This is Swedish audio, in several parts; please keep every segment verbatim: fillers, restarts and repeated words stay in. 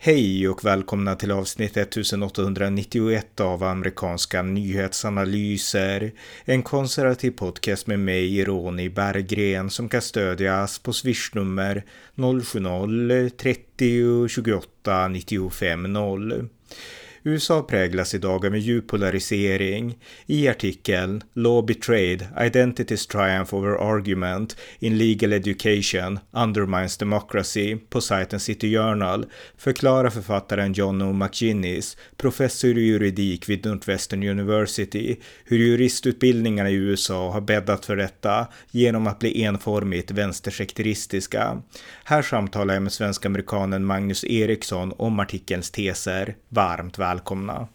Hej och välkomna till avsnitt ettusenottahundranittioett av amerikanska nyhetsanalyser. En konservativ podcast med mig, Ronny Berggren, som kan stödjas på swishnummer noll sju noll trettio tjugoåtta nittiofem noll. U S A präglas idag av en djup polarisering. I artikeln Law Betrayed, Identity's Triumph Over Argument in Legal Education Undermines Democracy på sajten City Journal förklarar författaren John O. McGinnis, professor i juridik vid Northwestern University, hur juristutbildningarna i U S A har bäddat för detta genom att bli enformigt vänstersekteristiska. Här samtalar jag med svensk-amerikanen Magnus Eriksson om artikelns teser. Varmt välkomna. Välkomna.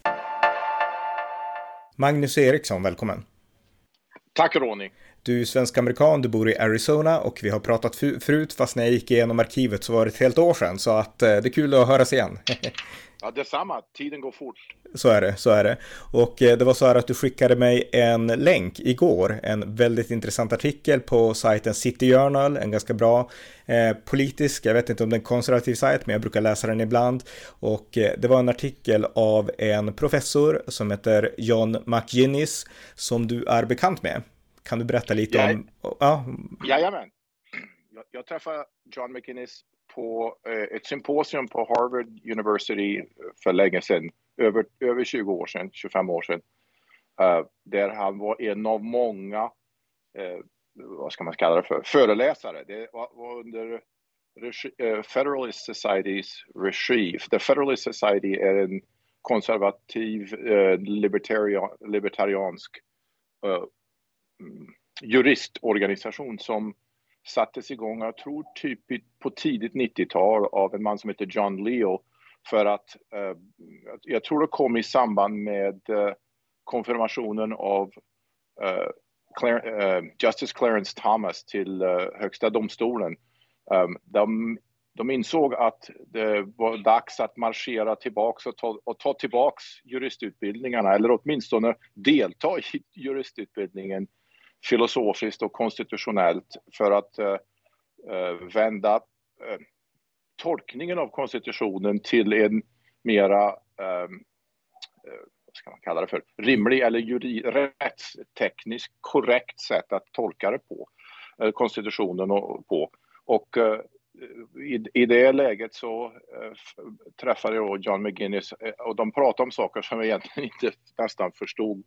Magnus Eriksson, välkommen. Tack Ronny. Du är svensk-amerikan, du bor i Arizona och vi har pratat förut, fast när jag gick igenom arkivet så var det ett helt år sedan, så att eh, det är kul att höras igen. Ja, detsamma. Tiden går fort. Så är det, så är det. Och eh, det var så här att du skickade mig en länk igår, en väldigt intressant artikel på sajten City Journal, en ganska bra eh, politisk, jag vet inte om det är en konservativ sajt, men jag brukar läsa den ibland. Och eh, det var en artikel av en professor som heter John McGinnis, som du är bekant med. Kan du berätta lite jag, om... Ja. Jajamän. Jag, jag träffade John McGinnis på eh, ett symposium på Harvard University för länge sedan, över, över tjugo år sedan, tjugofem år sedan, uh, där han var en av många, uh, vad ska man kalla det för, föreläsare. Det var, var under regi, uh, Federalist Societys regi. The Federalist Society är en konservativ, uh, libertarian, libertariansk uh, juristorganisation som sattes igång, jag tror typ på tidigt nittiotal av en man som heter John Leo, för att uh, jag tror det kom i samband med uh, konfirmationen av uh, Clar- uh, Justice Clarence Thomas till uh, högsta domstolen. Um, de, de insåg att det var dags att marschera tillbaks och ta, och ta tillbaks juristutbildningarna, eller åtminstone delta i juristutbildningen filosofiskt och konstitutionellt, för att uh, uh, vända uh, tolkningen av konstitutionen till en mera um, uh, vad ska man kalla det för, rimlig eller juri- rättstekniskt korrekt sätt att tolka det på, uh, konstitutionen och, på. Och uh, i, i det läget så uh, träffade jag John McGinnis uh, och de pratade om saker som jag egentligen inte nästan förstod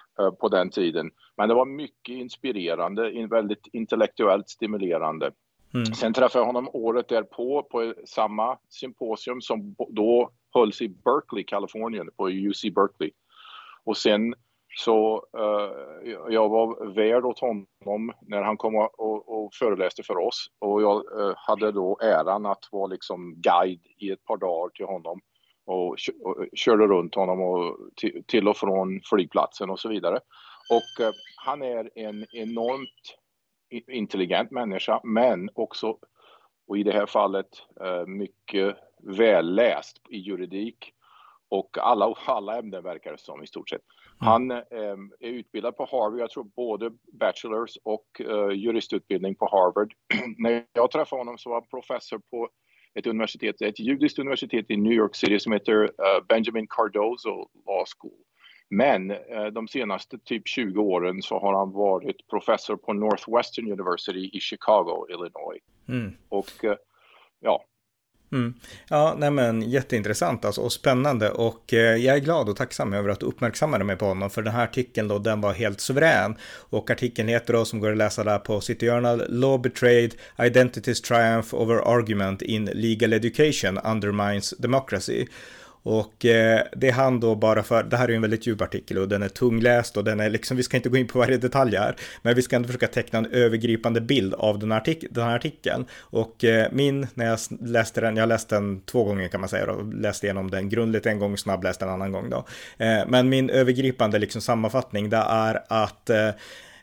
på den tiden. Men det var mycket inspirerande, väldigt intellektuellt stimulerande. Mm. Sen träffade jag honom året därpå på samma symposium som då hölls i Berkeley, Kalifornien, på U C Berkeley. Och sen så uh, jag var värd åt honom när han kom och, och föreläste för oss. Och jag uh, hade då äran att vara liksom guide i ett par dagar till honom. Och körde runt honom och till och från flygplatsen och så vidare. Och uh, han är en enormt intelligent människa, men också, och i det här fallet, uh, mycket välläst i juridik och alla, alla ämnen verkar det som i stort sett. Mm. Han um, är utbildad på Harvard, jag tror både bachelors och uh, juristutbildning på Harvard. När jag träffade honom så var han professor på ett universitet, ett judiskt universitet i New York City som heter uh, Benjamin Cardozo Law School. Men uh, de senaste typ tjugo åren så har han varit professor på Northwestern University i Chicago, Illinois. Mm. Och uh, ja. Mm. Ja, nej men jätteintressant alltså, och spännande, och eh, jag är glad och tacksam över att du uppmärksammade mig på honom, för den här artikeln då, den var helt suverän, och artikeln heter då, som går att läsa där på City Journal, Law Betrayed, Identity's Triumph Over Argument in Legal Education Undermines Democracy. Och eh, det är han då bara för, det här är ju en väldigt djup artikel och den är tungläst och den är liksom, vi ska inte gå in på varje detalj här, men vi ska ändå försöka teckna en övergripande bild av den här, artik- den här artikeln. Och eh, min, när jag läste den, jag läste den två gånger kan man säga då, läste igenom den grundligt en gång, snabbläste en annan gång då. Eh, men min övergripande liksom sammanfattning, det är att eh,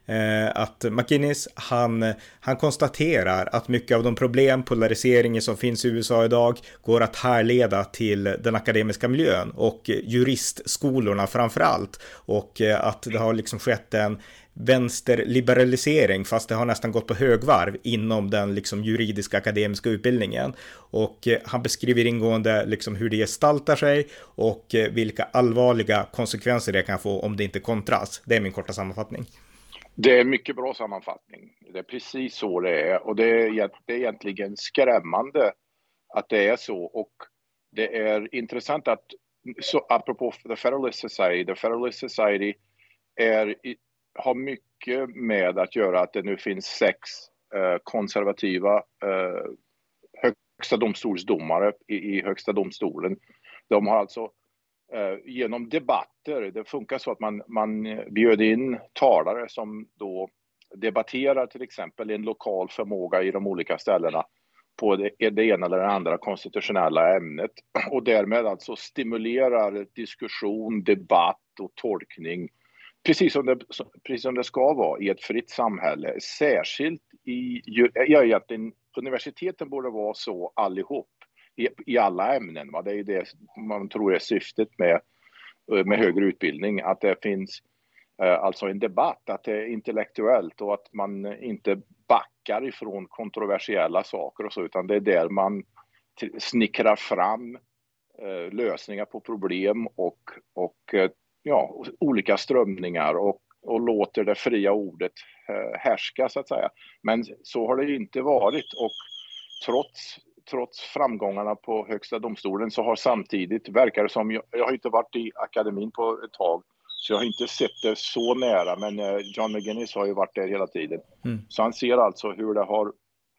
Eh, att McInnes, han, han konstaterar att mycket av de problem, polariseringen som finns i U S A idag går att härleda till den akademiska miljön och juristskolorna framför allt. Och eh, att det har liksom skett en vänsterliberalisering, fast det har nästan gått på högvarv inom den liksom juridiska akademiska utbildningen. Och eh, han beskriver ingående liksom hur det gestaltar sig och eh, vilka allvarliga konsekvenser det kan få om det inte kontras. Det är min korta sammanfattning. Det är en mycket bra sammanfattning. Det är precis så det är. Och det är, det är egentligen skrämmande att det är så. Och det är intressant att, så apropå The Federalist Society, The Federalist Society är, har mycket med att göra att det nu finns sex eh, konservativa eh, högsta domstolsdomare i, i högsta domstolen. De har alltså eh, genom debatter, det funkar så att man, man bjöd in talare som då debatterar till exempel en lokal förmåga i de olika ställena på det, det ena eller det andra konstitutionella ämnet och därmed alltså stimulerar diskussion, debatt och tolkning. Precis som, det, precis som det ska vara i ett fritt samhälle, särskilt i, ja, egentligen, universiteten borde vara så allihop i, i alla ämnen. Va? Det är det man tror är syftet med, med högre utbildning, att det finns eh, alltså en debatt, att det är intellektuellt och att man inte backar ifrån kontroversiella saker och så, utan det är där man t- snickrar fram eh, lösningar på problem och, och eh, ja, olika strömningar och, och låter det fria ordet eh, härska så att säga. Men så har det inte varit och trots, trots framgångarna på högsta domstolen så har samtidigt, verkar det som, jag, jag har inte varit i akademin på ett tag så jag har inte sett det så nära, men eh, John McInnes har ju varit där hela tiden. Mm. Så han ser alltså hur det har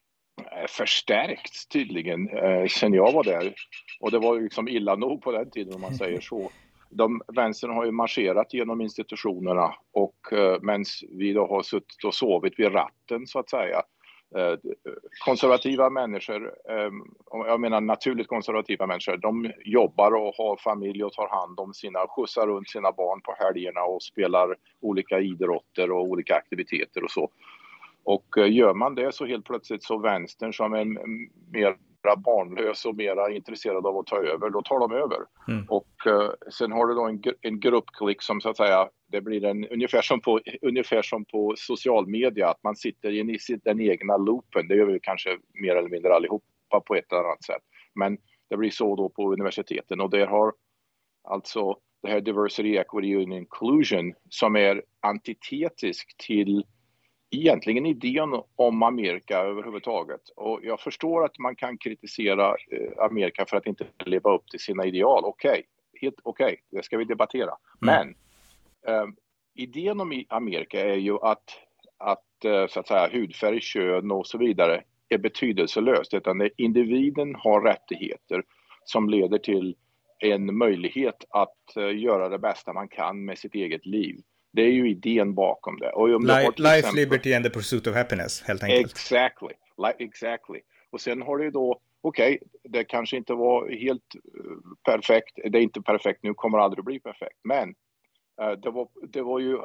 eh, förstärkts tydligen eh, sen jag var där och det var ju liksom illa nog på den tiden om man säger så. De, vänstern har ju marscherat genom institutionerna och eh, medan vi då har suttit och sovit vid ratten så att säga. Eh, konservativa människor, eh, jag menar naturligt konservativa människor, de jobbar och har familj och tar hand om sina, skjutsar runt sina barn på helgerna och spelar olika idrotter och olika aktiviteter och så. Och eh, gör man det så helt plötsligt så vänstern som är mer barnlös och mera intresserad av att ta över, då tar de över. Mm. Och uh, sen har du då en, en gruppklick som så att säga, det blir en, ungefär, som på, ungefär som på social media, att man sitter i, i den egna loopen, det gör vi kanske mer eller mindre allihopa på ett eller annat sätt. Men det blir så då på universiteten och där har alltså det här diversity, equity and inclusion som är antitetisk till egentligen idén om Amerika överhuvudtaget. Och jag förstår att man kan kritisera eh, Amerika för att inte leva upp till sina ideal. Okej, okay. Helt okej, okay. Det ska vi debattera. Mm. Men eh, idén om Amerika är ju att, att, eh, så att säga, hudfärg, kön och så vidare är betydelselöst. Utan det, individen har rättigheter som leder till en möjlighet att eh, göra det bästa man kan med sitt eget liv. Det är ju idén bakom det. Och om life, det life exempel, liberty and the pursuit of happiness, helt enkelt. Exactly, exactly. Och sen har det då, okej, okay, det kanske inte var helt uh, perfekt. Det är inte perfekt nu, kommer aldrig bli perfekt. Men uh, det, var, det var ju,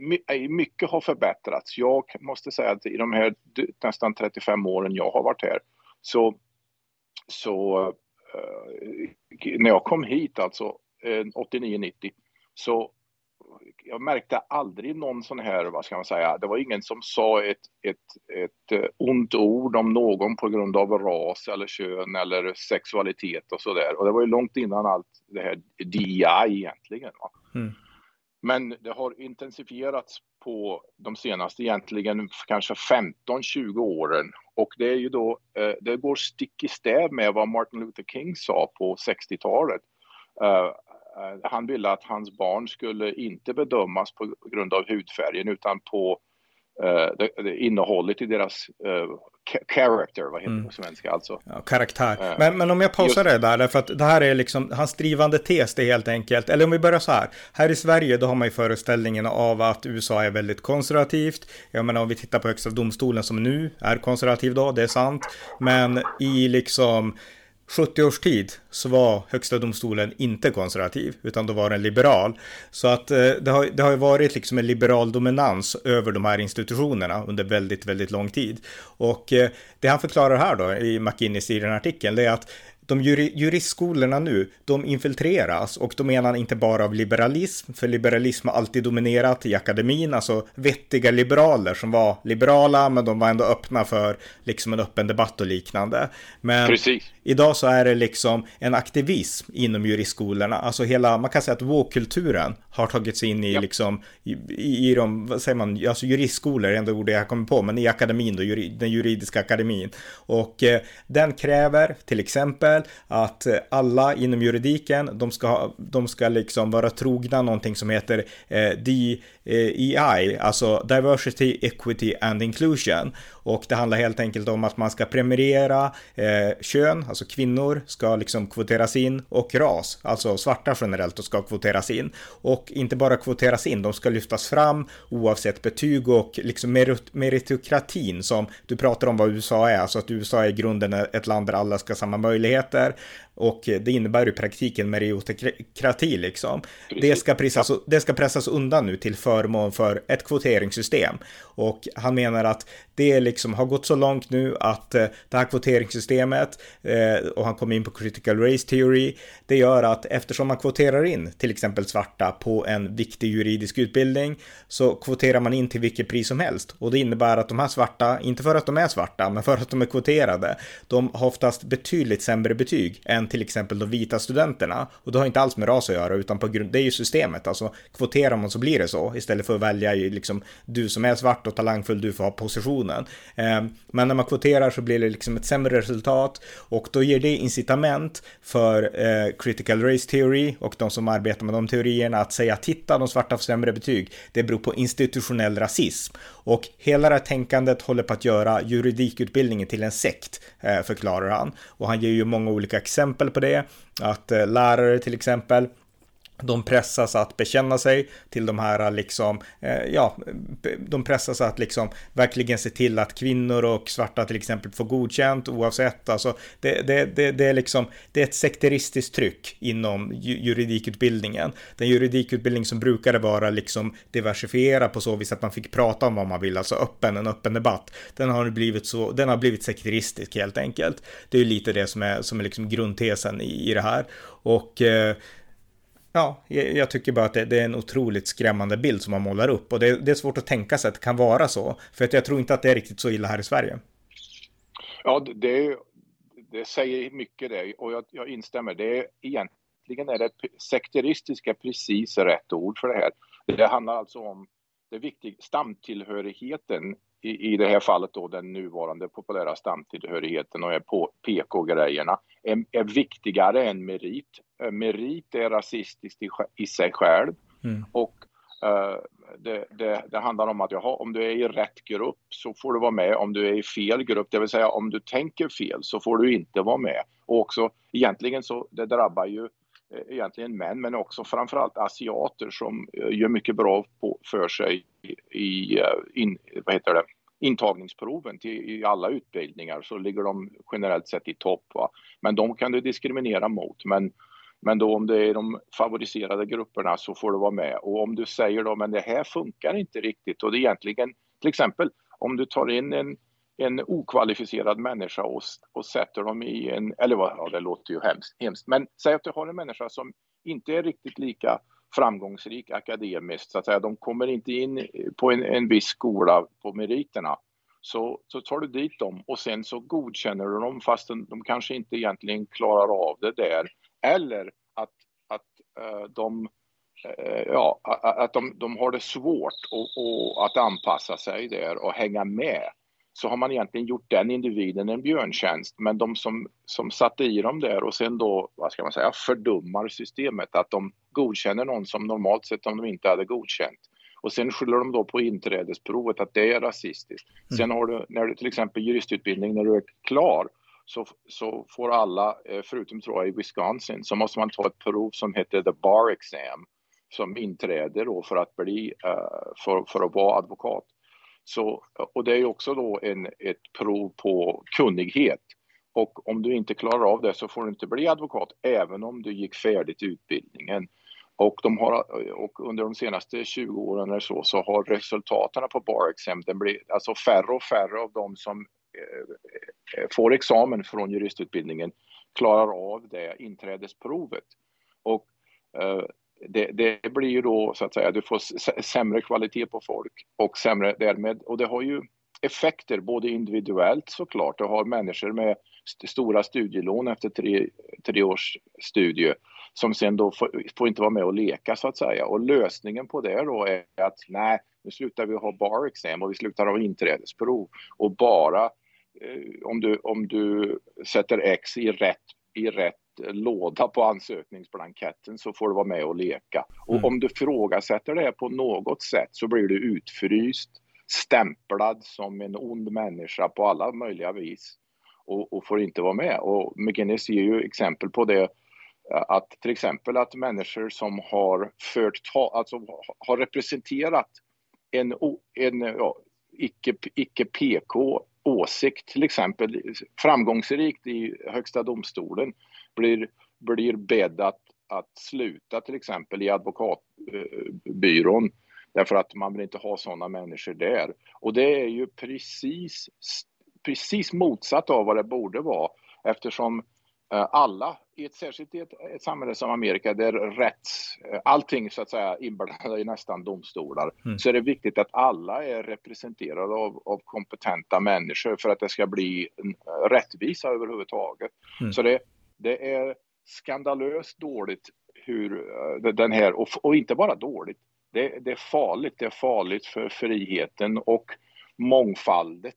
mycket har förbättrats. Jag måste säga att i de här nästan trettiofem åren jag har varit här, så, så uh, när jag kom hit, alltså uh, åttionio nittio, så jag märkte aldrig någon sån här, vad ska man säga, det var ingen som sa ett, ett, ett ont ord om någon på grund av ras eller kön eller sexualitet och sådär. Och det var ju långt innan allt det här D E I egentligen. Mm. Men det har intensifierats på de senaste egentligen kanske femton tjugo åren. Och det är ju då, det går stick i stäv med vad Martin Luther King sa på sextiotalet. Han ville att hans barn skulle inte bedömas på grund av hudfärgen utan på uh, det, det innehållet i deras uh, character, vad heter det på svenska alltså? Ja, karaktär. Uh, men, men om jag pausar just... det där, därför att det här är liksom hans drivande tes, det är helt enkelt. Eller om vi börjar så här. Här i Sverige då har man ju föreställningen av att U S A är väldigt konservativt. Jag menar om vi tittar på högsta domstolen som nu är konservativ då, det är sant. Men i liksom sjuttio års tid så var högsta domstolen inte konservativ, utan då var den liberal. Så att eh, det, har, det har ju varit liksom en liberal dominans över de här institutionerna under väldigt, väldigt lång tid. Och eh, det han förklarar här då i McInnes i den här artikeln, det är att de juri- juristskolorna nu, de infiltreras, och de menar inte bara av liberalism, för liberalism har alltid dominerat i akademin, alltså vettiga liberaler som var liberala, men de var ändå öppna för liksom en öppen debatt och liknande. Men Precis. idag så är det liksom en aktivism inom juristskolorna, alltså hela, man kan säga att woke-kulturen har tagits in i, ja, liksom i, i de, vad säger man, alltså juristskolor är ändå ord jag kommer på, men i akademin då, juri, den juridiska akademin, och eh, den kräver till exempel att alla inom juridiken, de ska, de ska liksom vara trogna någonting som heter eh, D E I, alltså Diversity, Equity and Inclusion. Och det handlar helt enkelt om att man ska premiera eh, kön, alltså kvinnor ska liksom kvoteras in, och ras, alltså svarta generellt, och ska kvoteras in. Och inte bara kvoteras in, de ska lyftas fram oavsett betyg, och liksom merit- meritokratin som du pratar om vad U S A är, alltså att U S A är i grunden ett land där alla ska ha samma möjligheter. Och det innebär i praktiken meritokrati liksom. Det ska, pressas, det ska pressas undan nu till förmån för ett kvoteringssystem. Och han menar att det liksom har gått så långt nu att eh, det här kvoteringssystemet, eh, och han kommer in på critical race theory, det gör att eftersom man kvoterar in till exempel svarta på en viktig juridisk utbildning, så kvoterar man in till vilket pris som helst. Och det innebär att de här svarta, inte för att de är svarta, men för att de är kvoterade, de har oftast betydligt sämre betyg än till exempel de vita studenterna. Och det har inte alls med ras att göra, utan på grund, det är ju systemet. Alltså kvoterar man så blir det så, istället för att välja liksom, du som är svart och talangfull, du får ha positionen. Eh, men när man kvoterar så blir det liksom ett sämre resultat, och då ger det incitament för eh, critical race theory och de som arbetar med de teorierna att säga, titta, de svarta får sämre betyg. Det beror på institutionell rasism. Och hela det här tänkandet håller på att göra juridikutbildningen till en sekt, eh, förklarar han. Och han ger ju många olika exempel på det, att eh, lärare till exempel, de pressas att bekänna sig till de här liksom, eh, ja, de pressas att liksom verkligen se till att kvinnor och svarta till exempel får godkänt oavsett, alltså det, det, det, det är liksom, det är ett sekteristiskt tryck inom ju, juridikutbildningen. Den juridikutbildning som brukade vara liksom diversifierad på så vis att man fick prata om vad man vill, alltså öppen, en öppen debatt, den har blivit så, den har blivit sekteristisk helt enkelt. Det är ju lite det som är, som är liksom grundtesen i, i det här, och eh, ja, jag tycker bara att det, det är en otroligt skrämmande bild som man målar upp, och det, det är svårt att tänka sig att det kan vara så, för att jag tror inte att det är riktigt så illa här i Sverige. Ja, det, det säger mycket det, och jag, jag instämmer. Det är, egentligen är det sekteristiska precis rätt ord för det här. Det handlar alltså om det viktiga stamtillhörigheten, i, i det här fallet då den nuvarande populära stamtillhörigheten och är på P K-grejerna, är, är viktigare än merit. Merit är rasistiskt i, i sig själv, mm. och uh, det, det, det handlar om att jaha, om du är i rätt grupp så får du vara med, om du är i fel grupp, det vill säga om du tänker fel så får du inte vara med. Och också egentligen så det drabbar ju egentligen män, men också framförallt asiater som gör mycket bra på, för sig i in, vad heter det, intagningsproven till i alla utbildningar, så ligger de generellt sett i topp, va? Men de kan du diskriminera mot, men men då om det är de favoriserade grupperna så får du vara med. Och om du säger då, men det här funkar inte riktigt, och det är egentligen, till exempel om du tar in en en okvalificerad människa och, och sätter dem i en, eller vad, ja, det låter ju hemskt, hemskt, men säg att du har en människa som inte är riktigt lika framgångsrik akademiskt, så att säga, de kommer inte in på en, en viss skola på meriterna, så, så tar du dit dem och sen så godkänner du dem fast de, de kanske inte egentligen klarar av det där, eller att, att uh, de uh, ja, att de, de har det svårt och, och att anpassa sig där och hänga med, så har man egentligen gjort den individen en björntjänst. Men de som, som satte i dem där och sen då, vad ska man säga, fördummar systemet, att de godkänner någon som normalt sett om de inte hade godkänt. Och sen skyller de då på inträdesprovet att det är rasistiskt. Mm. Sen har du, när du till exempel juristutbildning, när du är klar, så, så får alla, förutom tror jag i Wisconsin, så måste man ta ett prov som heter the bar exam, som inträder då för att bli, för, för att vara advokat. Så, och det är ju också då en, ett prov på kunnighet. Och om du inte klarar av det så får du inte bli advokat även om du gick färdigt utbildningen. Och, de har, och under de senaste tjugo åren eller så, så har resultaten på bar exam, den blir alltså färre och färre av de som eh, får examen från juristutbildningen klarar av det inträdesprovet. Och eh, det, det blir ju då så att säga, du får sämre kvalitet på folk och sämre därmed, och det har ju effekter både individuellt såklart. Du har människor med st- stora studielån efter tre, tre års studie som sen då får, får inte vara med och leka så att säga. Och lösningen på det då är att nej, nu slutar vi ha bar exam och vi slutar ha inträdesprov och bara eh, om, du, om du sätter X i rätt, i rätt låda på ansökningsblanketten så får du vara med och leka. Och mm. om du frågasätter det här på något sätt så blir du utfryst, stämplad som en ond människa på alla möjliga vis och, och får inte vara med. Och McGinnis ger ju exempel på det, att till exempel att människor som har fört, alltså har representerat en, en ja, icke, icke P K åsikt till exempel framgångsrikt i högsta domstolen blir, blir bedd att, att sluta till exempel i advokatbyrån därför att man vill inte ha sådana människor där. Och det är ju precis, precis motsatt av vad det borde vara eftersom alla, i ett, särskilt i ett, ett samhälle som Amerika där rätts, allting så att säga inblandade i nästan domstolar, mm. så är det viktigt att alla är representerade av, av kompetenta människor för att det ska bli en rättvisa överhuvudtaget. Mm. Så det, det är skandalöst dåligt hur den här, och, och inte bara dåligt, det, det är farligt, det är farligt för friheten och mångfaldet.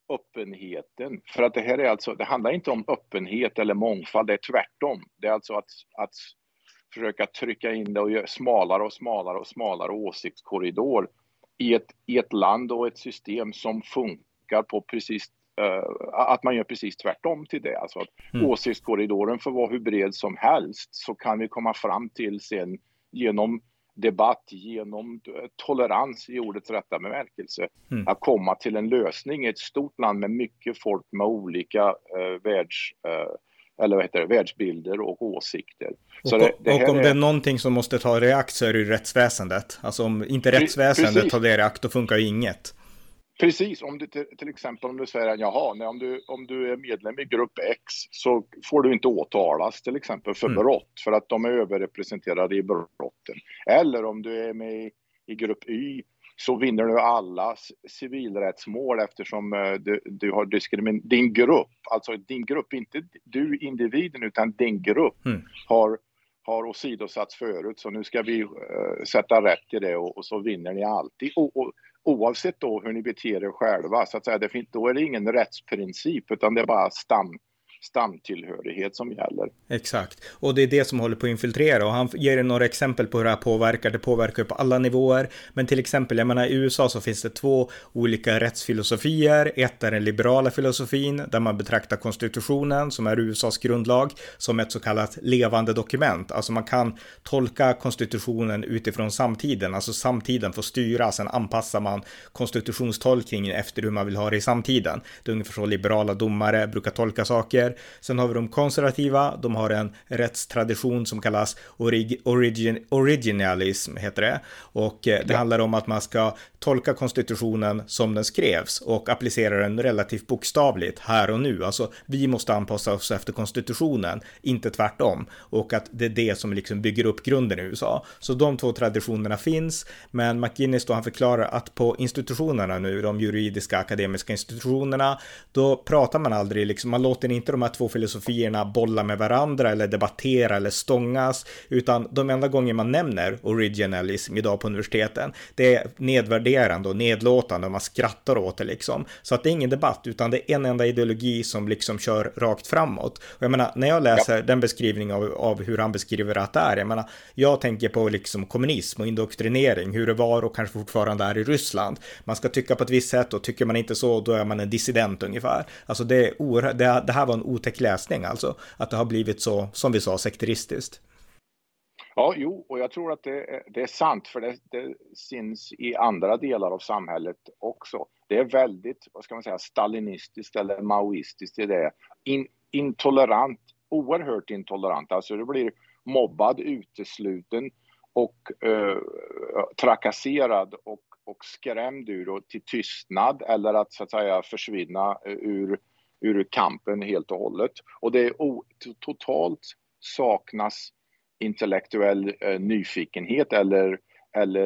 Öppenheten, för att det här är alltså, det handlar inte om öppenhet eller mångfald, det är tvärtom. Det är alltså att, att försöka trycka in det och göra smalare och smalare och smalare åsiktskorridor i ett, i ett land och ett system som funkar på precis, uh, att man gör precis tvärtom till det. Alltså att mm. åsiktskorridoren får vara hur bred som helst så kan vi komma fram till sen genom debatt, genom tolerans i ordets rätta bemärkelse mm. att komma till en lösning i ett stort land med mycket folk med olika uh, världs, uh, eller vad heter det, världsbilder och åsikter. Och, Så det, det och om är... det är någonting som måste ta reakt så är det ju rättsväsendet. Alltså om inte rättsväsendet Precis. tar det reakt, då funkar ju inget. Precis, om du till, till exempel om du säger jaha, nej, om, du, om du är medlem i grupp X så får du inte åtalas till exempel för mm. brott för att de är överrepresenterade i brotten. Eller om du är med i, i grupp Y så vinner du alla civilrättsmål eftersom uh, du, du har diskriminerat din grupp, alltså din grupp, inte du individen utan din grupp mm. har, har åsidosatts förut så nu ska vi uh, sätta rätt i det och, och så vinner ni alltid. Och, och, oavsett då hur ni beter er själva så att säga, det finns, då är det ingen rättsprincip utan det är bara stam, stamtillhörighet som gäller. Exakt, och det är det som håller på att infiltrera och han ger några exempel på hur det här påverkar. Det påverkar på alla nivåer, men till exempel, jag menar i U S A så finns det två olika rättsfilosofier. Ett är den liberala filosofin där man betraktar konstitutionen som är U S As grundlag som ett så kallat levande dokument. Alltså man kan tolka konstitutionen utifrån samtiden, alltså samtiden får styra, sen anpassar man konstitutionstolkningen efter hur man vill ha det i samtiden. Det är ungefär så liberala domare brukar tolka saker. Sen har vi de konservativa, de har en rättstradition som kallas orig- origin- originalism heter det. Och eh, det ja. handlar om att man ska tolka konstitutionen som den skrevs och applicera den relativt bokstavligt här och nu. Alltså vi måste anpassa oss efter konstitutionen, inte tvärtom. Och att det är det som liksom bygger upp grunden i U S A. Så de två traditionerna finns, men McGinnis då han förklarar att på institutionerna nu, de juridiska akademiska institutionerna, då pratar man aldrig liksom, man låter inte de här två filosofierna bolla med varandra eller debattera eller stångas, utan de enda gånger man nämner originalism idag på universiteten, det är nedvärderande och nedlåtande och man skrattar åt det liksom. Så att det är ingen debatt, utan det är en enda ideologi som liksom kör rakt framåt. Och jag menar, när jag läser ja. den beskrivningen av, av hur han beskriver att det är, jag menar, jag tänker på liksom kommunism och indoktrinering, hur det var och kanske fortfarande är i Ryssland. Man ska tycka på ett visst sätt och tycker man inte så, då är man en dissident ungefär. Alltså det är oerhört, det, det här var en otäck läsning alltså, att det har blivit så, som vi sa, sekteristiskt. Ja, jo, och jag tror att det är, det är sant, för det, det syns i andra delar av samhället också. Det är väldigt, vad ska man säga, stalinistiskt eller maoistiskt i det. In, intolerant, oerhört intolerant. Alltså det blir mobbad, utesluten och eh, trakasserad och, och skrämd ur och till tystnad, eller att så att säga försvinna ur, ur kampen helt och hållet. Och det är o, totalt saknas intellektuell eh, nyfikenhet eller, eller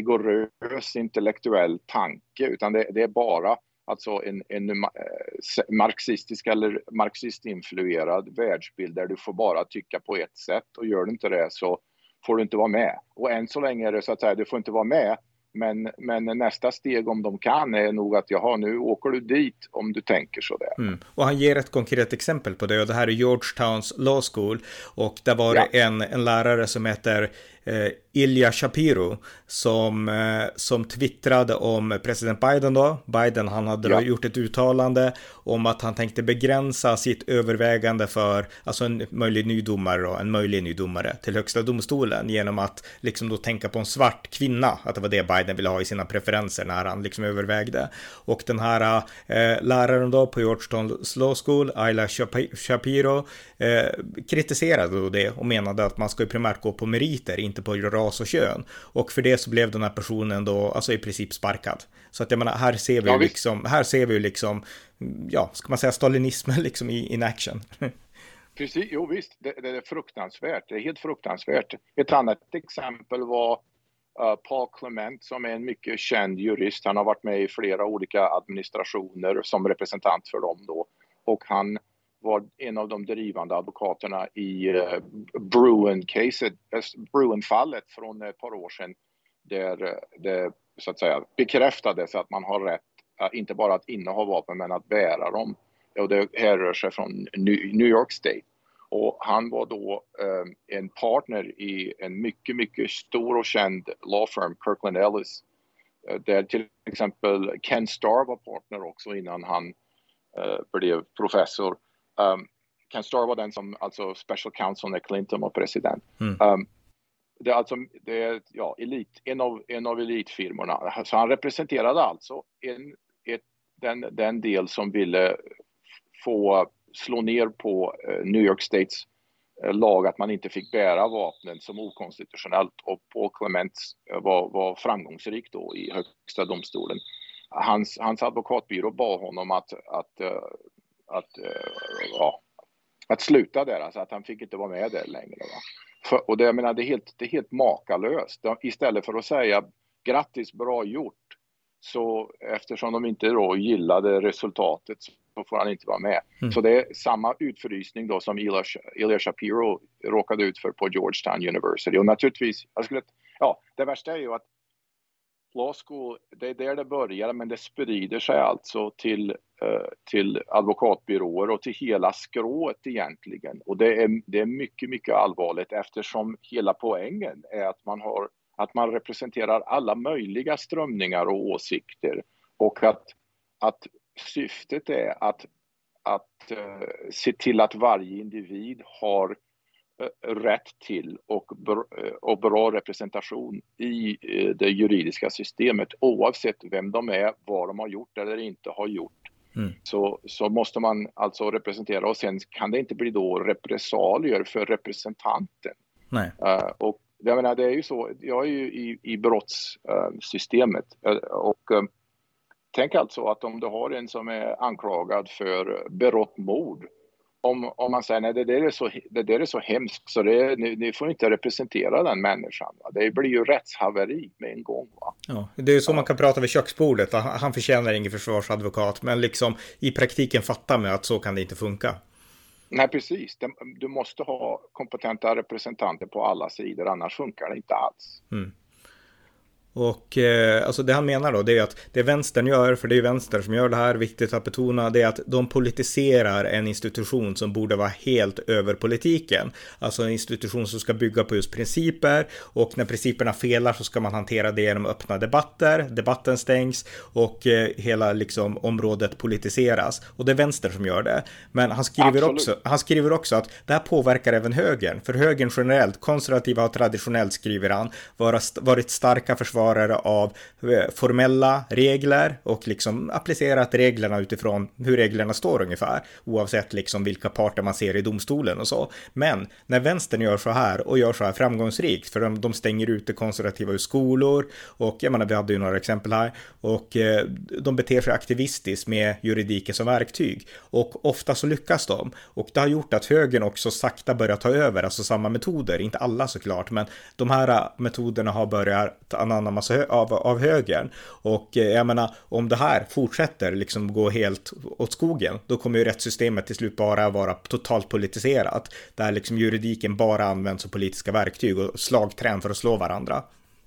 rigorös intellektuell tanke, utan det, det är bara alltså en, en eh, marxistisk eller marxistinfluerad världsbild där du får bara tycka på ett sätt, och gör du inte det så får du inte vara med. Och än så länge är det så att säga, du får inte vara med, men, men nästa steg om de kan är nog att jaha, nu åker du dit om du tänker så där. Mm. Och han ger ett konkret exempel på det, och det här är Georgetowns Law School, och där var Ja. det en, en lärare som heter eh, Ilya Shapiro som, eh, som twittrade om president Biden då. Biden, han hade Ja. gjort ett uttalande om att han tänkte begränsa sitt övervägande för, alltså en möjlig ny domare då, en möjlig ny domare till högsta domstolen, genom att liksom då tänka på en svart kvinna, att det var det Biden ville ha i sina preferenser när han liksom övervägde. Och den här eh, läraren då på Georgetown Law School, Ilya Shapiro, eh, kritiserade då det och menade att man ska ju primärt gå på meriter, inte på ras och kön. Och för det så blev den här personen då alltså i princip sparkad. Så att jag menar, här ser vi Ja, ju visst. liksom, här ser vi ju liksom, ja, ska man säga stalinismen liksom i in action. Precis, jo visst, det, det är fruktansvärt, det är helt fruktansvärt. Ett annat exempel var uh, Paul Clement, som är en mycket känd jurist. Han har varit med i flera olika administrationer som representant för dem då, och han var en av de drivande advokaterna i uh, Bruen-caset, uh, Bruen-fallet från ett par år sedan, där uh, det så att säga bekräftades att man har rätt uh, inte bara att inneha vapen men att bära dem. Och det härrör sig från New York State. Och han var då eh, en partner i en mycket, mycket stor och känd law firm, Kirkland Ellis. Eh, där till exempel Ken Starr var partner också innan han eh, blev professor. Um, Ken Starr var den som, alltså special counsel när Clinton var president. Mm. Um, det är alltså det är, ja, elit, en, av, en av elitfirmorna. Så han representerade alltså en, ett, den, den del som ville få slå ner på eh, New York States eh, lag att man inte fick bära vapnen som okonstitutionellt, och Paul Clement eh, var, var framgångsrik då i högsta domstolen. Hans, hans advokatbyrå bad honom att, att, eh, att, eh, ja, att sluta där, alltså att han fick inte vara med där längre. Va? För, och det, jag menar, det, är helt, det är helt makalöst. De, istället för att säga grattis, bra gjort, så eftersom de inte då gillade resultatet så får han inte vara med. Mm. Så det är samma utfrysning då som Ilya, Ilya Shapiro råkade ut för på Georgetown University. Och naturligtvis, jag skulle, ja, det värsta är ju att law school, det är där det börjar, men det sprider sig alltså till, uh, till advokatbyråer och till hela skrået egentligen. Och det är, det är mycket, mycket allvarligt, eftersom hela poängen är att man har att man representerar alla möjliga strömningar och åsikter, och att, att syftet är att, att uh, se till att varje individ har uh, rätt till och, br- och bra representation i uh, det juridiska systemet, oavsett vem de är, vad de har gjort eller inte har gjort. Mm. Så, så måste man alltså representera, och sen kan det inte bli då repressalier för representanten. Nej. Uh, och jag menar, det är ju så, jag är ju i, i brottssystemet uh, och uh, tänk alltså att om du har en som är anklagad för berått mord, om, om man säger nej, det där är så, det där är så hemskt så det, ni, ni får inte representera den människan. Va? Det blir ju rättshaveri med en gång. Va? Ja, det är ju så ja. Man kan prata vid köksbordet. Han förtjänar ingen försvarsadvokat, men liksom i praktiken fattar man att så kan det inte funka. Nej, precis. Du måste ha kompetenta representanter på alla sidor, annars funkar det inte alls. Mm. Och eh, alltså det han menar då, det är att det vänstern gör, för det är vänstern som gör det här, viktigt att betona, det är att de politiserar en institution som borde vara helt över politiken. Alltså en institution som ska bygga på just principer, och när principerna felar så ska man hantera det genom öppna debatter, debatten stängs och eh, hela liksom området politiseras. Och det är vänstern som gör det. Men han skriver, också, han skriver också att det här påverkar även högern, för högern generellt, konservativa och traditionellt, skriver han, varit starka försvar av formella regler och liksom applicerat reglerna utifrån hur reglerna står ungefär, oavsett liksom vilka parter man ser i domstolen och så. Men när vänstern gör så här och gör så här framgångsrikt, för de, de stänger ut det konservativa ur skolor, och jag menar, vi hade ju några exempel här, och eh, de beter sig aktivistiskt med juridiken som verktyg, och ofta så lyckas de, och det har gjort att högern också sakta börjar ta över, alltså samma metoder, inte alla såklart, men de här metoderna har börjat anamma massa av, av högern. Och eh, jag menar, om det här fortsätter liksom gå helt åt skogen, då kommer ju rättssystemet till slut bara vara totalt politiserat, där liksom juridiken bara används som politiska verktyg och slagträn för att slå varandra.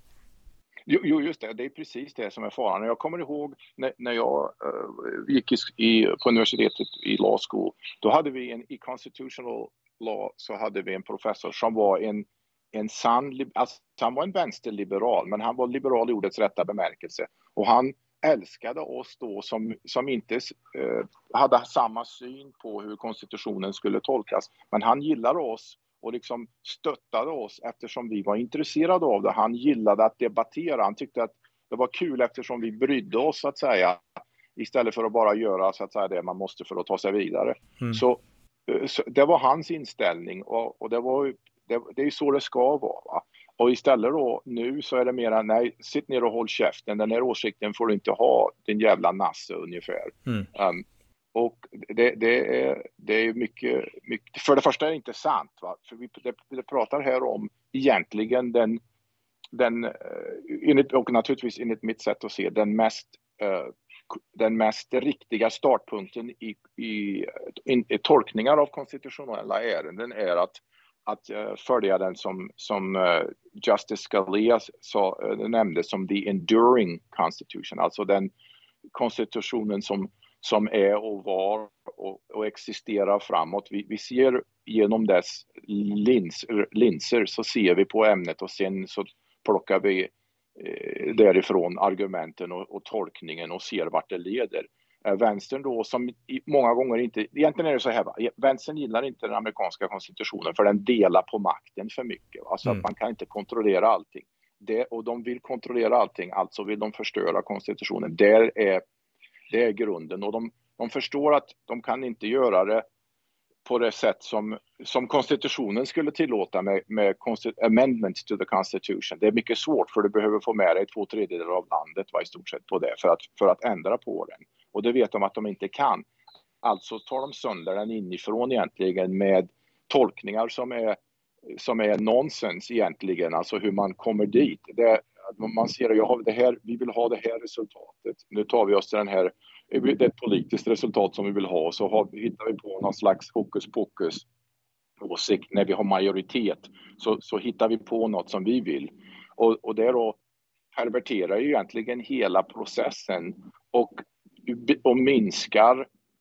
Jo, just det. Det är precis det som är faran. Jag kommer ihåg när, när jag uh, gick i, på universitetet i law school, då hade vi en, i constitutional law så hade vi en professor som var en en sann, alltså han var en vänsterliberal, men han var liberal i ordets rätta bemärkelse. Och han älskade oss då som, som inte eh, hade samma syn på hur konstitutionen skulle tolkas. Men han gillade oss och liksom stöttade oss eftersom vi var intresserade av det. Han gillade att debattera. Han tyckte att det var kul eftersom vi brydde oss, så att säga, istället för att bara göra, så att säga, det man måste för att ta sig vidare. Mm. Så, så det var hans inställning, och, och det var Det, det är ju så det ska vara. Va? Och istället då, nu så är det mera, nej, sitt ner och håll käften. Den här åsikten får du inte ha, din jävla nasse ungefär. Mm. Um, och det, det, är, det är mycket, mycket, för det första är det inte sant. Va? För vi det, det pratar här om egentligen den, den uh, och naturligtvis enligt mitt sätt att se, den mest, uh, den mest riktiga startpunkten i, i, i, i tolkningar av konstitutionella ärenden är att att uh, följa den som, som uh, Justice Scalia sa, uh, nämnde som the enduring constitution, alltså den konstitutionen som, som är och var och, och existerar framåt. Vi, vi ser genom dess lins, linser, så ser vi på ämnet och sen så plockar vi uh, därifrån argumenten och, och tolkningen och ser vart det leder. Vänstern då, som många gånger inte, egentligen är det så här, va? Vänstern gillar inte den amerikanska konstitutionen för den delar på makten för mycket, alltså mm. att man kan inte kontrollera allting. Det, och de vill kontrollera allting, alltså vill de förstöra konstitutionen. Det är, det är grunden, och de, de förstår att de kan inte göra det på det sätt som, som konstitutionen skulle tillåta med, med amendments to the constitution. Det är mycket svårt, för du behöver få med dig två tredjedelar av landet, var i stort sett på det, för att, för att ändra på den. Och det vet de att de inte kan. Alltså tar de sönder den inifrån egentligen med tolkningar som är, som är nonsens egentligen. Alltså hur man kommer dit. Det, man ser att jag har det här, vi vill ha det här resultatet. Nu tar vi oss till den här, det är ett politiskt resultat som vi vill ha. Så har, hittar vi på någon slags hokus pokus åsikt när vi har majoritet. Så, så hittar vi på något som vi vill. Och, och det då perverterar ju egentligen hela processen. Och och minskar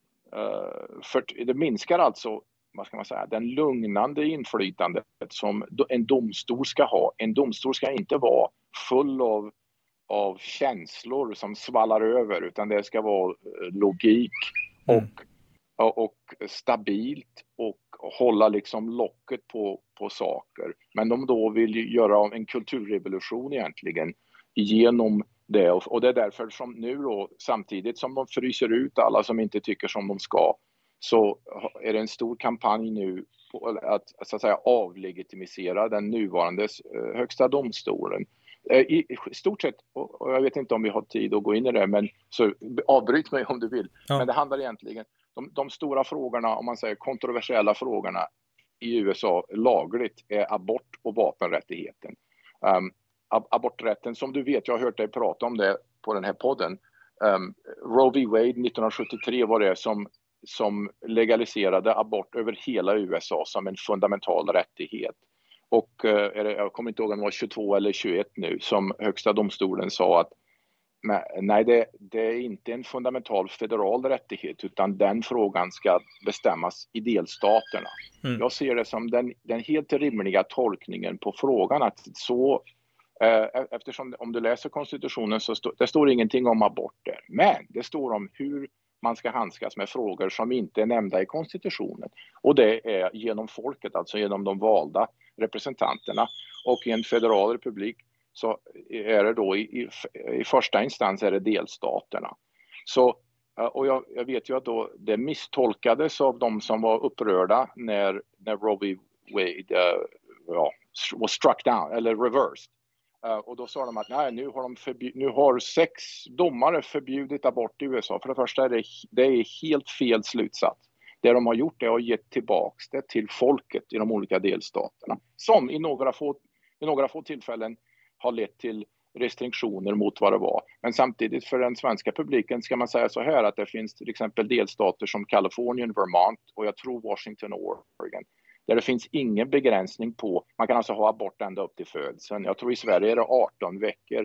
uh, för, det minskar alltså, vad ska man säga, den lugnande inflytandet som en domstol ska ha. En domstol ska inte vara full av, av känslor som svallar över, utan det ska vara logik och, mm. och, och stabilt och hålla liksom locket på, på saker. Men de då vill göra en kulturrevolution egentligen genom det, och det är därför som nu då, samtidigt som de fryser ut alla som inte tycker som de ska, så är det en stor kampanj nu på att, så att säga, avlegitimisera den nuvarande högsta domstolen. I stort sett, och jag vet inte om vi har tid att gå in i det, men så avbryt mig om du vill. Ja. Men det handlar egentligen, de, de stora frågorna, om man säger kontroversiella frågorna i U S A lagligt, är abort och vapenrättigheten. Um, aborträtten, som du vet, jag har hört dig prata om det på den här podden. Um, Roe v. Wade nittonhundrasjuttiotre var det som, som legaliserade abort över hela U S A som en fundamental rättighet. Och eh, jag kommer inte ihåg om det var tjugotvå eller tjugoett nu som högsta domstolen sa att nej, det, det är inte en fundamental federal rättighet utan den frågan ska bestämmas i delstaterna. Mm. Jag ser det som den, den helt rimliga tolkningen på frågan att så eh, eftersom om du läser konstitutionen så stå, det står ingenting om abort där. Men det står om hur man ska handskas med frågor som inte är nämnda i konstitutionen. Och det är genom folket, alltså genom de valda representanterna. Och i en federal republik så är det då i, i, i första instans är det delstaterna. Så, och jag, jag vet ju att då det misstolkades av de som var upprörda när, när Roe v. Wade uh, ja, was struck down, eller reversed. Uh, och då sa de att nej, nu har, de förbjud, nu har sex domare förbjudit abort i U S A. För det första är det, det är helt fel slutsats. Det de har gjort är att ge tillbaka det till folket i de olika delstaterna. Som i några få, i några få tillfällen har lett till restriktioner mot vad det var. Men samtidigt för den svenska publiken ska man säga så här att det finns till exempel delstater som Kalifornien, Vermont och jag tror Washington och Oregon. Där det finns ingen begränsning på, man kan alltså ha abort ända upp till födseln. Jag tror i Sverige är det arton veckor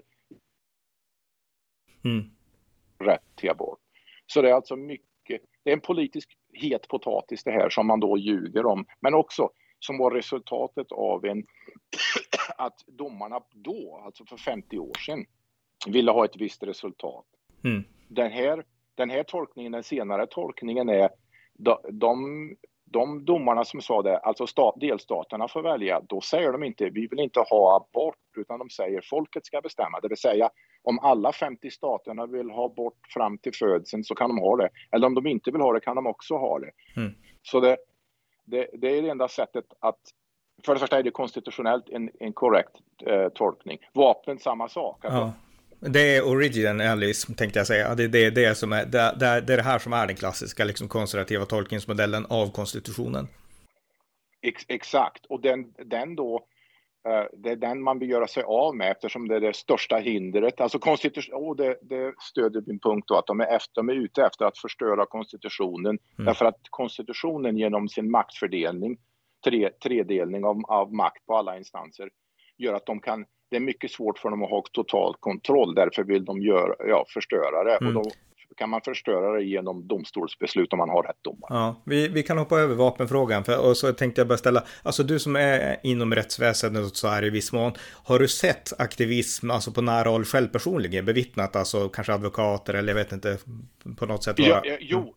mm. rätt till abort. Så det är alltså mycket, det är en politisk het potatis det här som man då ljuger om. Men också som var resultatet av en att domarna då, alltså för femtio år sedan, ville ha ett visst resultat. Mm. Den här, den här tolkningen, den senare tolkningen är de, de, de domarna som sa det, alltså stat, delstaterna får välja, då säger de inte vi vill inte ha abort utan de säger folket ska bestämma. Det vill säga om alla femtio staterna vill ha abort fram till födseln så kan de ha det. Eller om de inte vill ha det kan de också ha det. Mm. Så det, det, det är det enda sättet att för det första är det konstitutionellt en, en korrekt eh, tolkning. Vapen samma sak. Alltså. Ja. Det är originalism tänkte jag säga. Det är det, det, som är, det, det är det här som är den klassiska liksom, konservativa tolkningsmodellen av konstitutionen. Ex, exakt. Och den, den då, eh, det är den man vill göra sig av med eftersom det är det största hindret. Alltså konstitution, och det, det stöder min punkt då att de är, efter, de är ute efter att förstöra konstitutionen. Mm. Därför att konstitutionen genom sin maktfördelning Tre, tredelning av, av makt på alla instanser gör att de kan, det är mycket svårt för dem att ha total kontroll, därför vill de göra, ja, förstöra det mm. och då kan man förstöra det genom domstolsbeslut om man har rätt domar. Ja, vi, vi kan hoppa över vapenfrågan för, och så tänkte jag bara ställa, alltså du som är inom rättsväsendet så här i viss mån, har du sett aktivism alltså på nära håll själv personligen, bevittnat alltså kanske advokater eller jag vet inte på något sätt? Ja, ja, jo.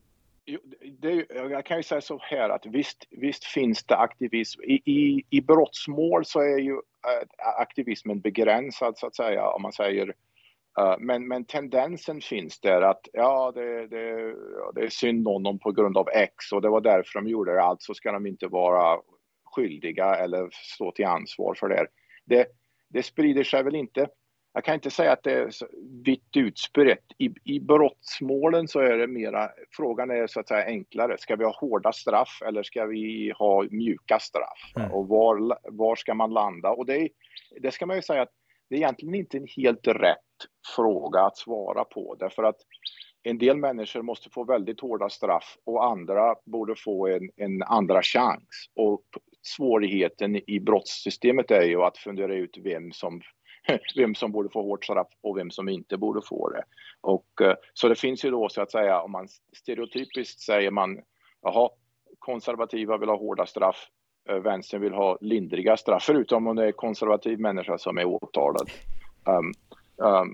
Det, jag kan ju säga så här att visst, visst finns det aktivism. I, i, i brottsmål så är ju äh, aktivismen begränsad så att säga om man säger. Äh, men, men tendensen finns där att ja det, det, det är synd om dem på grund av X och det var därför de gjorde det. Alltså ska de inte vara skyldiga eller stå till ansvar för det. Det, det sprider sig väl inte. Jag kan inte säga att det är vitt utspritt. I, I brottsmålen så är det mera, frågan är så att säga enklare. Ska vi ha hårda straff eller ska vi ha mjuka straff? Mm. Och var, var ska man landa? Och det, det ska man ju säga att det är egentligen inte en helt rätt fråga att svara på. Därför att en del människor måste få väldigt hårda straff och andra borde få en, en andra chans. Och svårigheten i brottssystemet är ju att fundera ut vem som vem som borde få hårt straff och vem som inte borde få det. Och så det finns ju då så att säga om man stereotypiskt säger man jaha, konservativa vill ha hårda straff, vänstern vill ha lindriga straff förutom om det är konservativ människa som är åtalad. Um, um,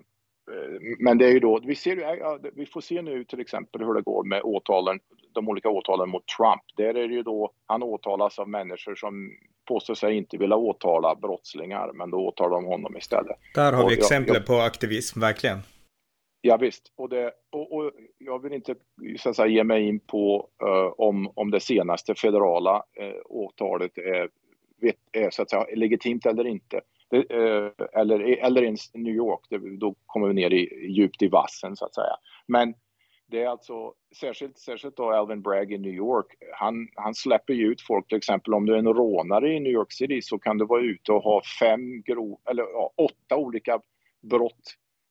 men det är ju då, vi ser ju, vi får se nu till exempel hur det går med åtalen, de olika åtalen mot Trump. Där är det ju då, han åtalas av människor som påstår sig inte vilja åtala brottslingar, men då åtalar de honom istället. Där har vi och exempel jag, jag, på aktivism, verkligen. Ja visst, och, det, och, och jag vill inte så att säga, ge mig in på uh, om, om det senaste federala uh, åtalet är, är så att säga, legitimt eller inte. Det, uh, eller, eller ens New York, det, då kommer vi ner i, djupt i vassen så att säga. Men det är alltså särskilt, särskilt då Alvin Bragg i New York. Han, han släpper ju ut folk, till exempel om du är en rånare i New York City så kan du vara ute och ha fem grov, eller ja, åtta olika brott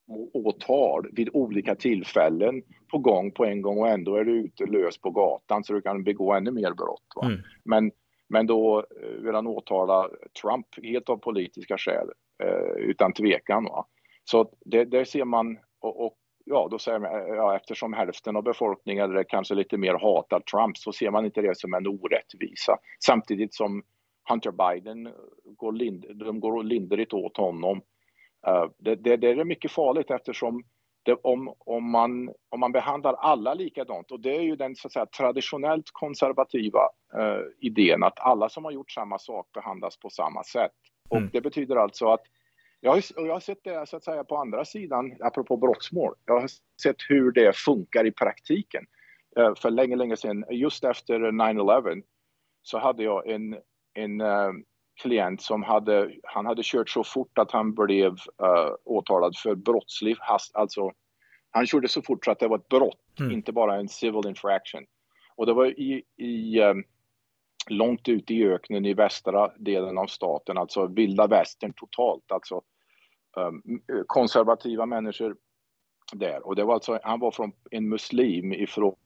åtal vid olika tillfällen på gång på en gång och ändå är du ute lös på gatan så du kan begå ännu mer brott. Va? Mm. Men, Men då eh, vill han åtala Trump helt av politiska skäl, eh, utan tvekan. Va? Så det, där ser man, och, och ja, då säger man, ja, eftersom hälften av befolkningen eller kanske lite mer hatar Trump, så ser man inte det som en orättvisa. Samtidigt som Hunter Biden går, lind, de går lindrigt åt honom. Uh, det, det, det är mycket farligt eftersom det, om, om, man, om man behandlar alla likadant, och det är ju den så att säga, traditionellt konservativa uh, idén att alla som har gjort samma sak behandlas på samma sätt. Mm. Och det betyder alltså att jag har, och jag har sett det så att säga på andra sidan, apropå brottsmål. Jag har sett hur det funkar i praktiken. Uh, för länge, länge sedan, just efter nine eleven, så hade jag en, en uh, klient som hade, han hade kört så fort att han blev uh, åtalad för brottslig hast. Alltså, han körde så fort så att det var ett brott, mm. inte bara en civil infraction. Och det var i, i um, långt ute i öknen i västra delen av staten, alltså vilda västern totalt, alltså um, konservativa människor där. Och det var alltså, han var från en muslim ifrån,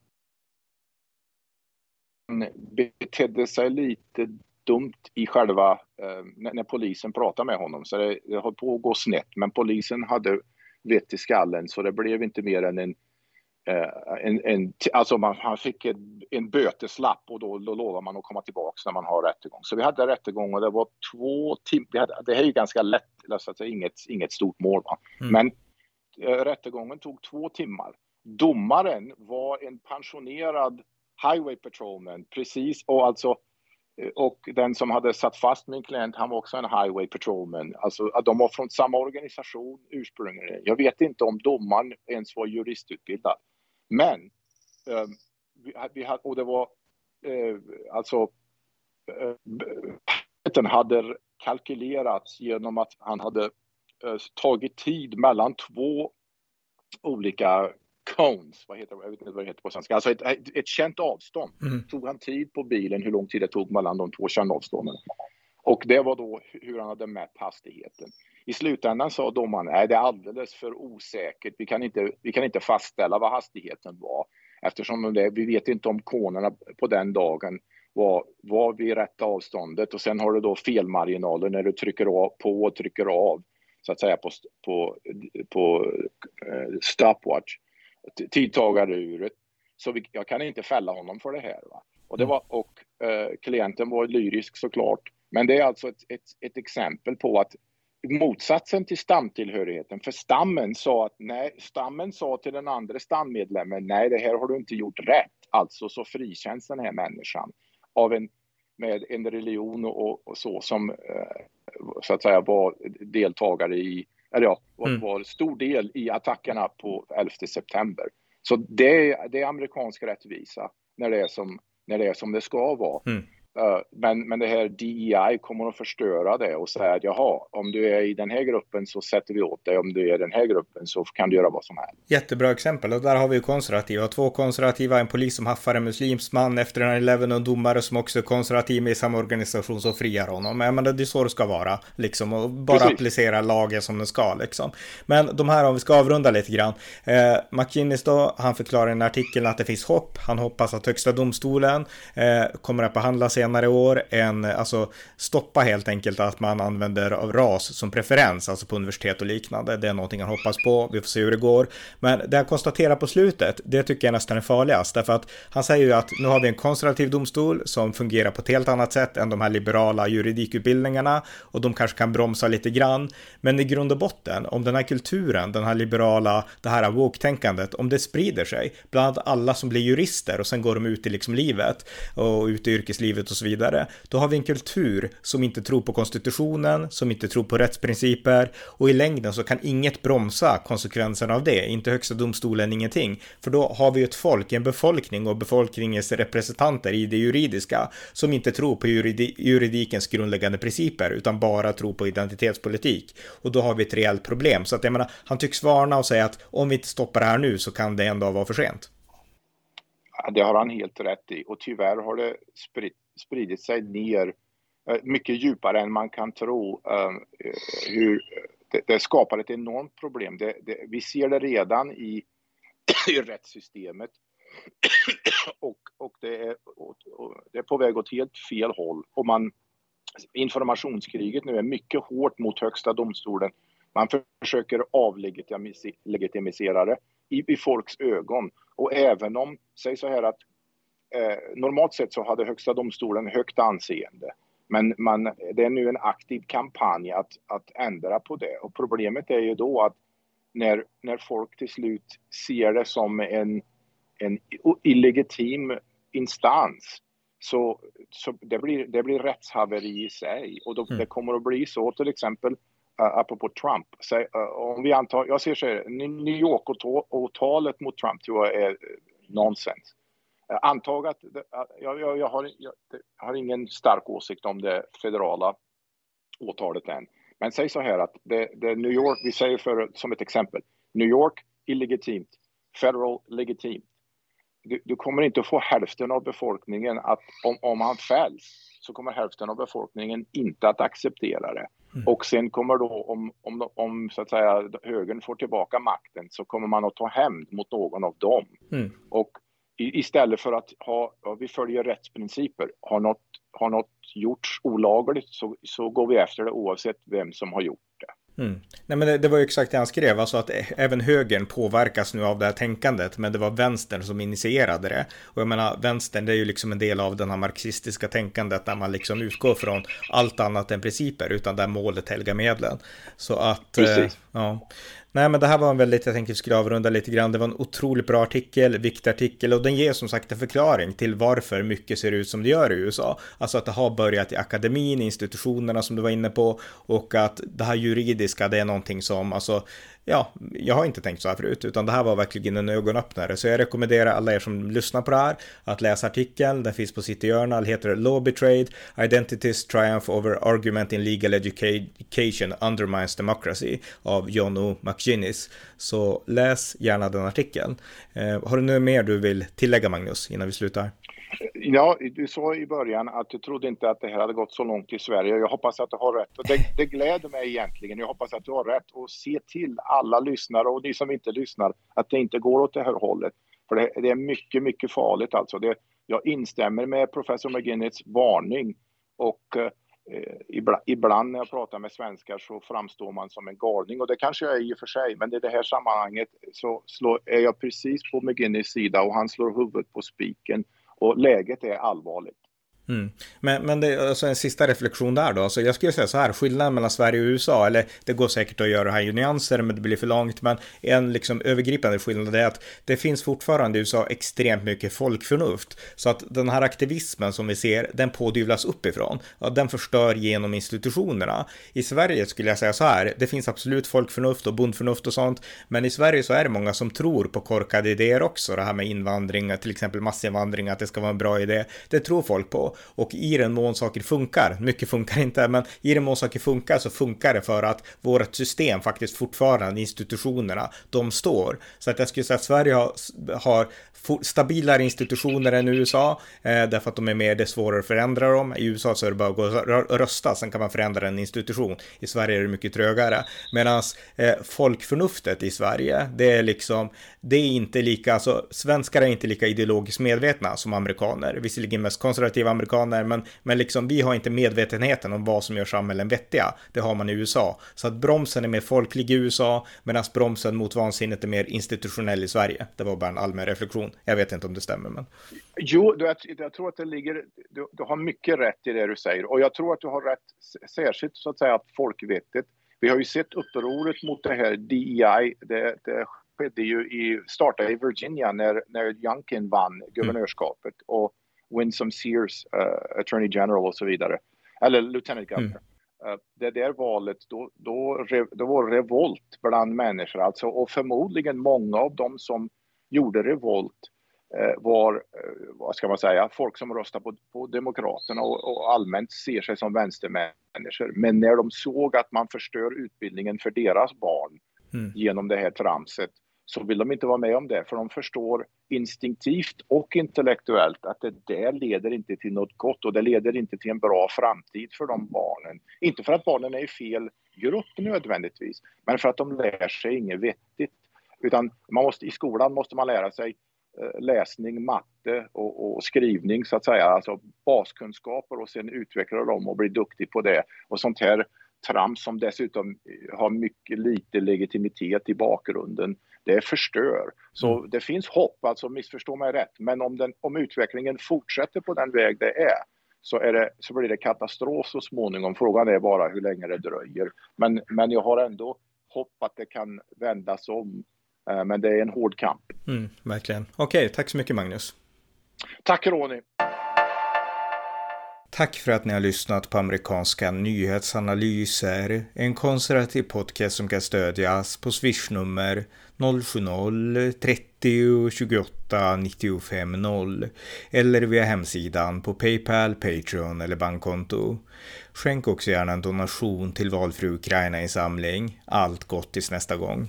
han betedde sig lite dumt i själva, uh, när, när polisen pratade med honom, så det, det höll på att gå snett, men polisen hade vett i skallen, så det blev inte mer än en Uh, en, en, alltså man, han fick en, en böteslapp, och då, då lovar man att komma tillbaka när man har rättegång. Så vi hade rättegång och det var två timmar. Det här är ju ganska lätt, så att säga, inget, inget stort mål. Va? Mm. Men uh, rättegången tog två timmar. Domaren var en pensionerad highway patrolman, precis, och alltså och den som hade satt fast min klient, han var också en highway patrolman. Alltså de var från samma organisation ursprungligen. Jag vet inte om domaren ens var juristutbildad. Men eh, vi, vi hade, och det var eh, alltså eh, hade kalkylerats genom att han hade eh, tagit tid mellan två olika cones, vad heter, jag vet inte vad det heter på svenska, alltså ett, ett, ett känt avstånd. Mm. Tog han tid på bilen, hur lång tid det tog mellan de två kända avstånden. Och det var då hur han hade mätt hastigheten. I slutändan sa domaren, nej, det är alldeles för osäkert, vi kan inte, vi kan inte fastställa vad hastigheten var, eftersom det, vi vet inte om konerna på den dagen var, var vid rätta avståndet, och sen har du då felmarginaler när du trycker av, på och trycker av, så att säga, på, på, på uh, stopwatch, tidtagaruret. Så vi, jag kan inte fälla honom för det här. Va? Och, det var, och uh, klienten var lyrisk såklart. Men det är alltså ett, ett, ett exempel på att motsatsen till stamtillhörigheten, för stammen sa att nej, stammen sa till den andra stammedlemmen, nej, det här har du inte gjort rätt. Alltså så frikänns den här människan av en, med en religion och, och så som uh, så att säga var deltagare i, eller ja, var, mm. var stor del i attackerna på elfte september. Så det, det är amerikansk rättvisa när det är som, när det, är som det ska vara. Mm. Uh, men, men det här D E I kommer att förstöra det och säga att jaha, om du är i den här gruppen så sätter vi åt dig, om du är i den här gruppen så kan du göra vad som helst. Jättebra exempel, och där har vi ju konservativa, två konservativa, en polis som haffar en muslims man efter nine eleven och en domare som också är konservativ med i samma organisation som friar honom. Men det är så det ska vara, liksom, och bara Precis. applicera lagen som den ska, liksom. Men de här, om vi ska avrunda lite grann, eh, McInnes då, han förklarar i en artikel att det finns hopp, han hoppas att högsta domstolen eh, kommer att behandla senare år en, alltså stoppa helt enkelt att man använder av ras som preferens, alltså på universitet och liknande. Det är någonting han hoppas på, vi får se hur det går. Men det han konstaterar på slutet, det tycker jag nästan är farligast, därför att han säger ju att nu har vi en konservativ domstol som fungerar på ett helt annat sätt än de här liberala juridikutbildningarna, och de kanske kan bromsa lite grann, men i grund och botten, om den här kulturen, den här liberala, det här woke-tänkandet, om det sprider sig bland alla som blir jurister och sen går de ut i liksom livet och ut i yrkeslivet och så vidare, då har vi en kultur som inte tror på konstitutionen, som inte tror på rättsprinciper, och i längden så kan inget bromsa konsekvenserna av det, inte högsta domstolen, ingenting, för då har vi ett folk, en befolkning och befolkningens representanter i det juridiska som inte tror på juridi- juridikens grundläggande principer utan bara tror på identitetspolitik, och då har vi ett reellt problem. Så att jag menar, han tycks varna och säga att om vi inte stoppar det här nu så kan det ändå vara för sent. Det har han helt rätt i, och tyvärr har det spridit, spridit sig ner mycket djupare än man kan tro. Hur det, det skapar ett enormt problem. Det, det, vi ser det redan i, i rättssystemet och, och, det är, och, och det är på väg åt helt fel håll. Och man, informationskriget nu är mycket hårt mot högsta domstolen. Man försöker avlegitimisera det i, i folks ögon. Och även om, säg så här att eh, normalt sett så hade högsta domstolen högt anseende. Men man, det är nu en aktiv kampanj att, att ändra på det. Och problemet är ju då att när, när folk till slut ser det som en, en illegitim instans, så, så det, blir, det blir rättshaveri i sig. Och då, mm. det kommer att bli så till exempel, uh, apropå Trump. Så, uh, om vi antar, jag ser så här, New York-åtalet mot Trump tror jag är nonsens. Uh, antag att, uh, jag, jag, jag, har, jag, jag har ingen stark åsikt om det federala åtalet än. Men säg så här att det, det New York, vi säger för, som ett exempel, New York illegitimt, federal legitimt. Du, du kommer inte att få hälften av befolkningen att, om, om han fälls, så kommer hälften av befolkningen inte att acceptera det. Mm. Och sen kommer då, om, om, om så att säga högern får tillbaka makten, så kommer man att ta hämnd mot någon av dem. Mm. Och i, istället för att ha, ja, vi följer rättsprinciper, har något, har något gjorts olagligt, så, så går vi efter det oavsett vem som har gjort det. Mm. Nej, men det, det var ju exakt det han skrev, alltså att även högern påverkas nu av det här tänkandet, men det var vänstern som initierade det. Och jag menar, vänstern, det är ju liksom en del av den här marxistiska tänkandet där man liksom utgår från allt annat än principer, utan där målet helgar medlen. Så att, eh, ja. Nej, men det här var en väldigt, jag tänker vi skulle avrunda lite grann. Det var en otroligt bra artikel, viktig artikel, och den ger som sagt en förklaring till varför mycket ser ut som det gör i U S A. Alltså att det har börjat i akademin, institutionerna som du var inne på, och att det här juridiska, det är någonting som, alltså, ja, jag har inte tänkt så här förut, utan det här var verkligen en ögonöppnare. Så jag rekommenderar alla er som lyssnar på det här att läsa artikeln. Den finns på City Journal, heter Law Betrayed, Identities Triumph Over Argument in Legal Education Undermines Democracy av John O. McGinnis. Så läs gärna den artikeln. Eh, har du nu mer du vill tillägga, Magnus, innan vi slutar? Ja, du sa i början att du trodde inte att det här hade gått så långt i Sverige. Jag hoppas att du har rätt. Och det, det gläder mig egentligen. Jag hoppas att du har rätt. Och se till alla lyssnare och ni som inte lyssnar att det inte går åt det här hållet. För det, det är mycket, mycket farligt alltså. Det, jag instämmer med professor McGinnis varning. Och eh, ibland, ibland när jag pratar med svenskar så framstår man som en galning. Och det kanske jag är i och för sig. Men i det här sammanhanget så slår, är jag precis på McGinnis sida. Och han slår huvudet på spiken. Och läget är allvarligt. Mm. Men, men det är alltså en sista reflektion där då. Alltså jag skulle säga så här, skillnaden mellan Sverige och U S A, eller det går säkert att göra det här i nyanser, men det blir för långt. Men en liksom övergripande skillnad är att det finns fortfarande i U S A extremt mycket folkförnuft. Så att den här aktivismen som vi ser, den pådyvlas uppifrån. Och den förstör genom institutionerna. I Sverige skulle jag säga så här, det finns absolut folkförnuft och bondförnuft och sånt. Men i Sverige så är det många som tror på korkade idéer också. Det här med invandring, till exempel massinvandring, att det ska vara en bra idé. Det tror folk på. Och i den mån saker funkar, mycket funkar inte, men i den mån saker funkar så funkar det för att vårt system faktiskt fortfarande, institutionerna, de står. Så att jag skulle säga att Sverige har, har stabilare institutioner än U S A, eh, därför att de är mer, det är svårare att förändra dem. I U S A så är det bara att gå och rösta, sen kan man förändra en institution. I Sverige är det mycket trögare. Medan eh, folkförnuftet i Sverige, det är liksom, det är inte lika, alltså svenskar är inte lika ideologiskt medvetna som amerikaner. Visserligen mest konservativa amerikaner, men, men liksom vi har inte medvetenheten om vad som gör samhällen vettiga. Det har man i U S A. Så att bromsen är mer folklig i U S A, medan bromsen mot vansinnet är mer institutionell i Sverige. Det var bara en allmän reflektion. Jag vet inte om det stämmer, men... Jo, jag, jag tror att det ligger... Du, du har mycket rätt i det du säger. Och jag tror att du har rätt särskilt så att säga att folkvettet. Vi har ju sett upproret mot det här D E I. Det, det skedde ju i... startade i Virginia när, när Youngkin vann guvernörskapet. Mm. Och Winsome Sears, uh, Attorney General och så vidare. Eller Lieutenant Governor. Mm. Uh, det där valet, då, då, då var revolt bland människor. Alltså, och förmodligen många av dem som gjorde revolt uh, var, uh, vad ska man säga, folk som röstar på, på Demokraterna och, och allmänt ser sig som vänstermänniskor. Men när de såg att man förstör utbildningen för deras barn mm. genom det här tramset, så vill de inte vara med om det, för de förstår instinktivt och intellektuellt att det där leder inte till något gott och det leder inte till en bra framtid för de barnen. Inte för att barnen är i fel grupp nödvändigtvis, men för att de lär sig inget vettigt. Utan man måste, i skolan måste man lära sig läsning, matte och, och skrivning så att säga, alltså baskunskaper och sen utveckla dem och bli duktig på det. Och sånt här trams som dessutom har mycket lite legitimitet i bakgrunden, det förstör. Så mm. det finns hopp, alltså missförstå mig rätt, men om, den, om utvecklingen fortsätter på den väg det är så, är det, så blir det katastrof så småningom. Frågan är bara hur länge det dröjer. Men, men jag har ändå hopp att det kan vändas om. Men det är en hård kamp. Mm, verkligen. Okej, tack så mycket Magnus. Tack Ronny. Tack för att ni har lyssnat på amerikanska nyhetsanalyser. En konservativ podcast som kan stödjas på swishnummer noll sju noll trettio tjugoåtta nittiofem noll eller via hemsidan på PayPal, Patreon eller bankkonto. Skänk också gärna en donation till valfri Ukraina-insamling. Allt gott tills nästa gång.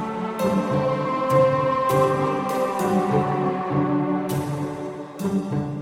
Thank you.